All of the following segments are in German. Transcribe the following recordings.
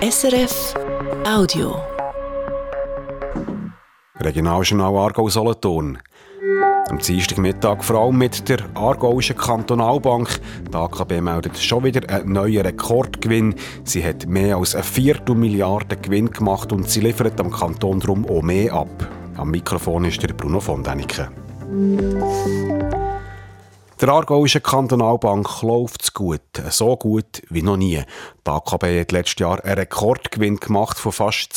SRF Audio. Regionaljournal Aargau-Solothurn. Am Dienstagmittag vor allem mit der Aargauischen Kantonalbank. Die AKB meldet schon wieder einen neuen Rekordgewinn. Sie hat mehr als 1 Viertelmilliarde Gewinn gemacht und sie liefert am Kanton darum auch mehr ab. Am Mikrofon ist der Bruno von Däniken. Der Aargauischen Kantonalbank läuft es gut, so gut wie noch nie. Die AKB hat letztes Jahr einen Rekordgewinn gemacht von fast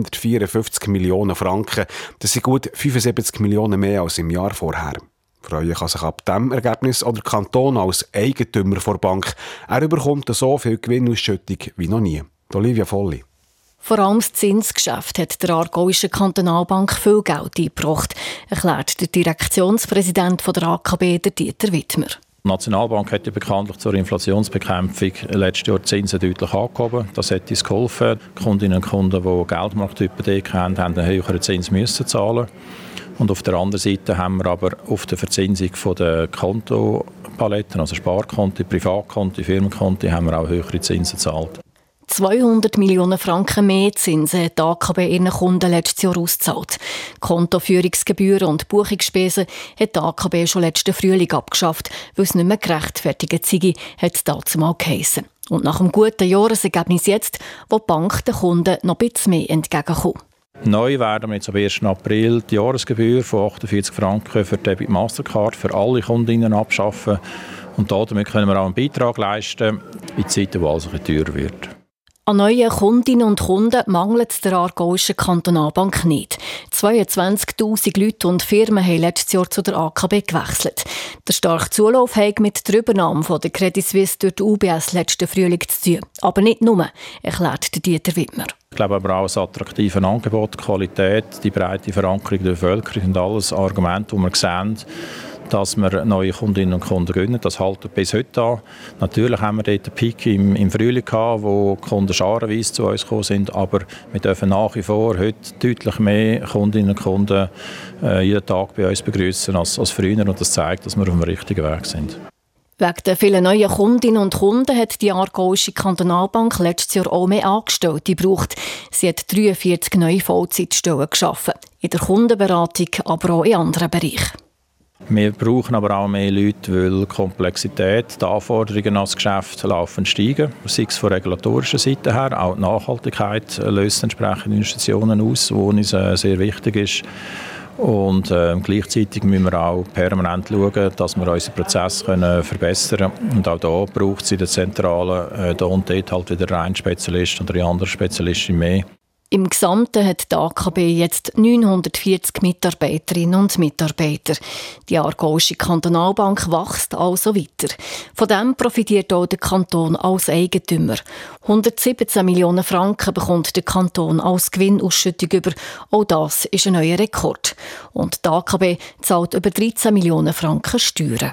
254 Millionen Franken. Das sind gut 75 Millionen mehr als im Jahr vorher. Freuen kann sich ab diesem Ergebnis auch der Kanton als Eigentümer der Bank. Er bekommt so viel Gewinnausschüttung wie noch nie. Olivia Volli. Vor allem das Zinsgeschäft hat der Aargauischen Kantonalbank viel Geld eingebracht, erklärt der Direktionspräsident der AKB, der Dieter Wittmer. Die Nationalbank hat ja bekanntlich zur Inflationsbekämpfung letztes Jahr die Zinsen deutlich angehoben. Das hat uns geholfen. Die Kundinnen und Kunden, die Geldmarkthypotheken haben einen höheren Zins müssen zahlen. Und auf der anderen Seite haben wir aber auf der Verzinsung der Kontopaletten, also Sparkonti, Privatkonti, Firmenkonti, haben wir auch höhere Zinsen gezahlt. 200 Millionen Franken mehr Zinsen hat die AKB ihren Kunden letztes Jahr ausgezahlt. Kontoführungsgebühren und Buchungsspesen hat die AKB schon letzten Frühling abgeschafft, weil es nicht mehr gerechtfertigt sei, hat es dazu mal geheissen. Und nach einem guten Jahresergebnis jetzt, wo die Bank den Kunden noch ein bisschen mehr entgegenkommt. Neu werden wir jetzt am 1. April die Jahresgebühr von 48 Franken für Debit Mastercard für alle Kundinnen abschaffen. Und damit können wir auch einen Beitrag leisten in Zeiten, wo alles ein bisschen teurer wird. An neuen Kundinnen und Kunden mangelt es der Aargauischen Kantonalbank nicht. 22'000 Leute und Firmen haben letztes Jahr zu der AKB gewechselt. Der starke Zulauf hat mit der Übernahme von der Credit Suisse durch die UBS letzten Frühling zu tun. Aber nicht nur, erklärt der Dieter Wittmer. Ich glaube aber auch das attraktive Angebot, die Qualität, die breite Verankerung der Bevölkerung und alles Argumente, die wir sehen, dass wir neue Kundinnen und Kunden gewinnen. Das hält bis heute an. Natürlich haben wir dort einen Peak im Frühling gehabt, wo die Kunden scharenweise zu uns gekommen sind, aber wir dürfen nach wie vor heute deutlich mehr Kundinnen und Kunden jeden Tag bei uns begrüßen als früher und das zeigt, dass wir auf dem richtigen Weg sind. Wegen der vielen neuen Kundinnen und Kunden hat die Aargauische Kantonalbank letztes Jahr auch mehr Angestellte gebraucht. Sie hat 43 neue Vollzeitstellen geschaffen. In der Kundenberatung, aber auch in anderen Bereichen. Wir brauchen aber auch mehr Leute, weil die Komplexität, die Anforderungen an das Geschäft laufend steigen. Sei es von regulatorischer Seite her, auch die Nachhaltigkeit löst entsprechende Institutionen aus, die uns sehr wichtig ist. Und gleichzeitig müssen wir auch permanent schauen, dass wir unseren Prozess verbessern können. Und auch da braucht es in der Zentrale da und dort halt wieder einen Spezialist oder eine andere Spezialistin mehr. Im Gesamten hat die AKB jetzt 940 Mitarbeiterinnen und Mitarbeiter. Die Aargauische Kantonalbank wächst also weiter. Von dem profitiert auch der Kanton als Eigentümer. 117 Millionen Franken bekommt der Kanton als Gewinnausschüttung über. Auch das ist ein neuer Rekord. Und die AKB zahlt über 13 Millionen Franken Steuern.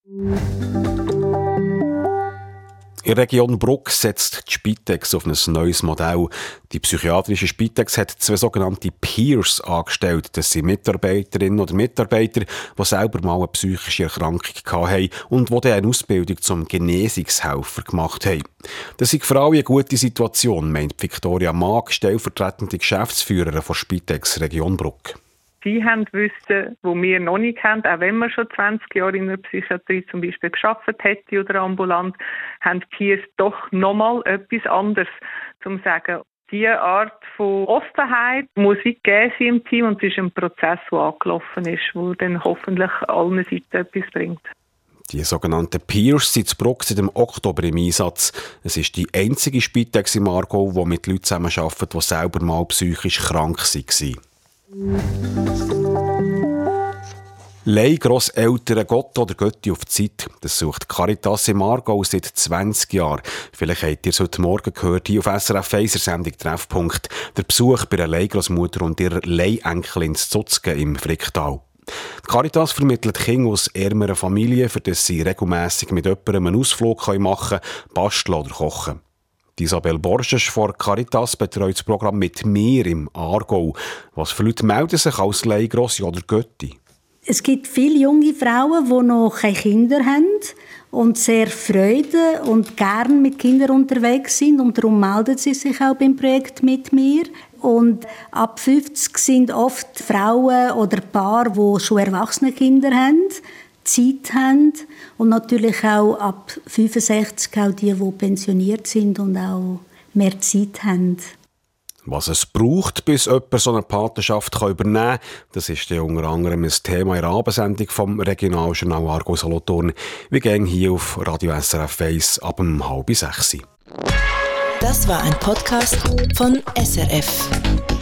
In der Region Bruck setzt die Spitex auf ein neues Modell. Die psychiatrische Spitex hat 2 sogenannte Peers angestellt. Das sind Mitarbeiterinnen oder Mitarbeiter, die selber mal eine psychische Erkrankung hatten und die dann eine Ausbildung zum Genesungshelfer gemacht haben. Das ist für alle eine gute Situation, meint Victoria Maag, stellvertretende Geschäftsführerin von Spitex Region Bruck. Sie haben Wissen, das wir noch nicht haben, auch wenn man schon 20 Jahre in der Psychiatrie zum Beispiel gearbeitet hätte oder ambulant, haben Peers doch nochmal etwas anderes, um zu sagen, diese Art von Offenheit muss gegeben sein im Team und es ist ein Prozess, der angelaufen ist, der dann hoffentlich allen Seiten etwas bringt. Die sogenannten Peers sind in Bruck seit dem Oktober im Einsatz. Es ist die einzige Spitex im Aargau, die mit Leuten zusammenarbeitet, die selber mal psychisch krank waren. Leihgrosseltern Gott oder Götti auf die Zeit. Das sucht Caritas im Aargau seit 20 Jahren. Vielleicht habt ihr es heute Morgen gehört, hier auf SRF 1 Sendung Treffpunkt. Der Besuch bei einer Leihgrossmutter und ihrer Leihenkelin Zutzgen im Fricktal. Die Caritas vermittelt Kinder aus ärmeren Familien, für die sie regelmässig mit jemandem einen Ausflug machen können, basteln oder kochen. Die Isabel Borges von Caritas betreut das Programm «Mit mir» im Aargau. Was für Leute melden sich als Leihgrosse oder Götti? Es gibt viele junge Frauen, die noch keine Kinder haben und sehr Freude und gern mit Kindern unterwegs sind. Und darum melden sie sich auch beim Projekt mit mir. Und ab 50 sind oft Frauen oder Paare, die schon erwachsene Kinder haben, Zeit haben. Und natürlich auch ab 65 auch die pensioniert sind und auch mehr Zeit haben. Was es braucht, bis jemand so eine Patenschaft übernehmen kann, das ist ja unter anderem ein Thema in der Abendsendung vom Regionaljournal Aargau Solothurn. Wir gehen hier auf Radio SRF 1 ab 5:30. Das war ein Podcast von SRF.